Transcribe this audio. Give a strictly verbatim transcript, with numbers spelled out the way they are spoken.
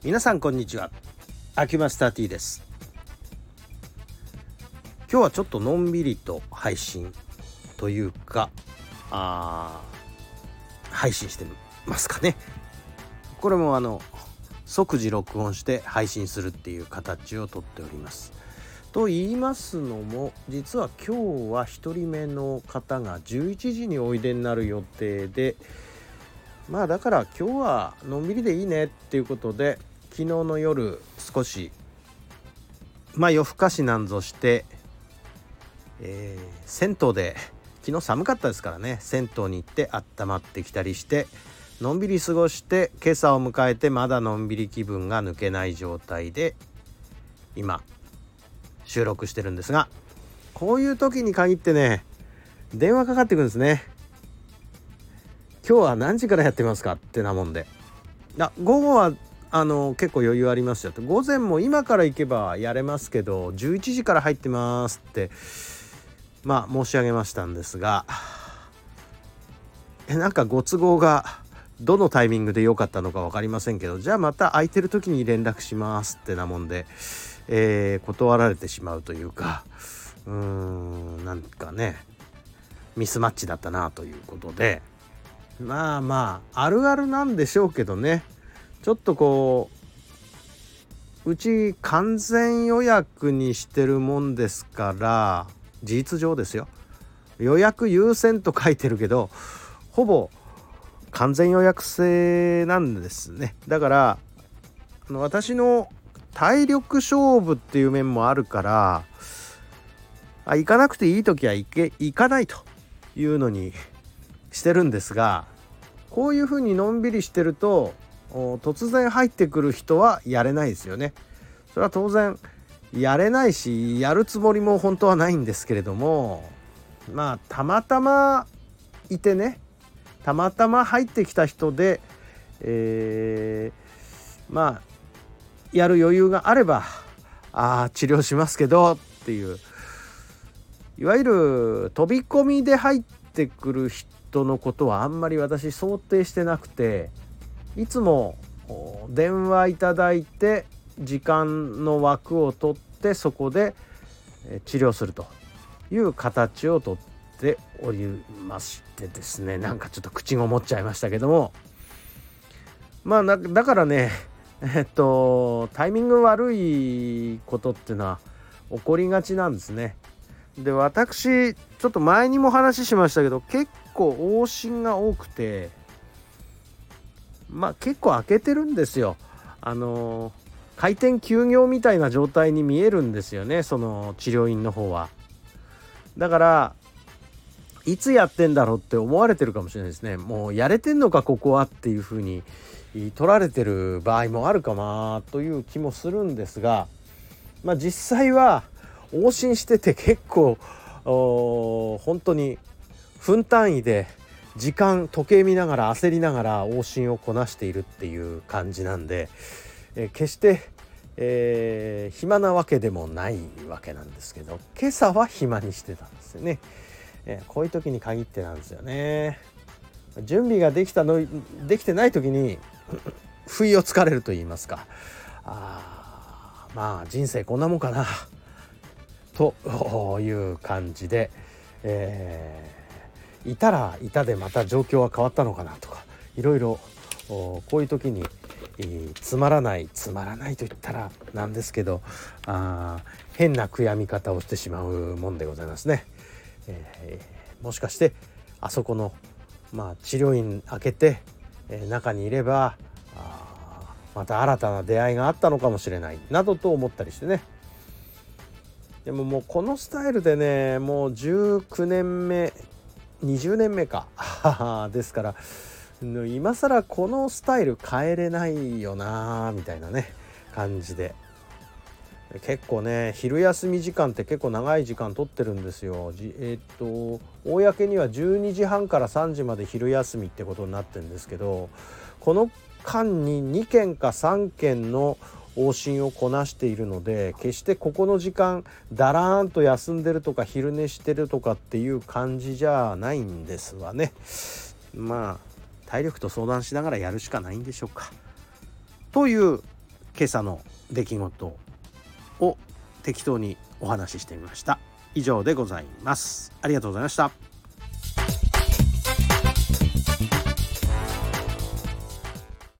皆さんこんにちは。アキュマスター T です。今日はちょっとのんびりと配信というかあ配信してますかね。これもあの即時録音して配信するっていう形をとっております。と言いますのも、実は今日はひとりめの方がじゅういちじにおいでになる予定で、まあだから今日はのんびりでいいねっていうことで、昨日の夜少しまあ夜更かしなんぞして、えー、銭湯で昨日寒かったですからね、銭湯に行って温まってきたりしてのんびり過ごして、今朝を迎えてまだのんびり気分が抜けない状態で今収録してるんですが、こういう時に限ってね電話かかってくるんですね。今日は何時からやってますかってなもんで、あ午後はあの結構余裕ありますよと、午前も今から行けばやれますけどじゅういちじから入ってますってまあ申し上げましたんですが、えなんかご都合がどのタイミングで良かったのか分かりませんけど、じゃあまた空いてる時に連絡しますってなもんで、えー、断られてしまうというか、うーんなんかねミスマッチだったなということで、まあまああるあるなんでしょうけどね、ちょっとこううち完全予約にしてるもんですから、事実上ですよ、予約優先と書いてるけどほぼ完全予約制なんですね。だから私の体力勝負っていう面もあるから、あ行かなくていい時は行け行かないというのにしてるんですが、こういう風にのんびりしてると突然入ってくる人はやれないですよね。それは当然やれないし、やるつもりも本当はないんですけれども、まあたまたまいてね、たまたま入ってきた人で、えー、まあやる余裕があればあ治療しますけどっていう、いわゆる飛び込みで入ってくる人のことはあんまり私想定してなくて、いつも電話いただいて時間の枠を取ってそこで治療するという形をとっておりましてですね、なんかちょっと口ごもっちゃいましたけども、まあだからねえっとタイミング悪いことっていうのは起こりがちなんですね。で私ちょっと前にも話しましたけど、結構往診が多くて、まあ結構開けてるんですよ。あの開店休業みたいな状態に見えるんですよね、その治療院の方は。だからいつやってんだろうって思われてるかもしれないですね。もうやれてんのかここはっていう風に取られてる場合もあるかなという気もするんですが、まあ実際は往診してて結構本当に分単位で時間時計見ながら焦りながら往診をこなしているっていう感じなんで、えー、決して、えー、暇なわけでもないわけなんですけど、今朝は暇にしてたんですよね。えー、こういう時に限ってなんですよね。準備ができたのできてない時に不意をつかれると言いますか、あまあ人生こんなもんかなという感じで、えー、いたらいたでまた状況は変わったのかなとか、いろいろこういう時に、えー、つまらないつまらないと言ったらなんですけど、あ変な悔やみ方をしてしまうもんでございますね。えー、もしかしてあそこの、まあ、治療院開けて、えー、中にいればあまた新たな出会いがあったのかもしれないなどと思ったりしてね。でももうこのスタイルでねもうじゅうきゅうねんめにじゅうねんめかですから、今更このスタイル変えれないよなみたいなね感じで、結構ね昼休み時間って結構長い時間取ってるんですよ。えー、っと公にはじゅうにじはんからさんじまで昼休みってことになってるんですけど、この間ににけんかさんけんの往診をこなしているので、決してここの時間だらーんと休んでるとか昼寝してるとかっていう感じじゃないんですわね。まあ体力と相談しながらやるしかないんでしょうかという今朝の出来事を適当にお話ししてみました。以上でございます。ありがとうございました。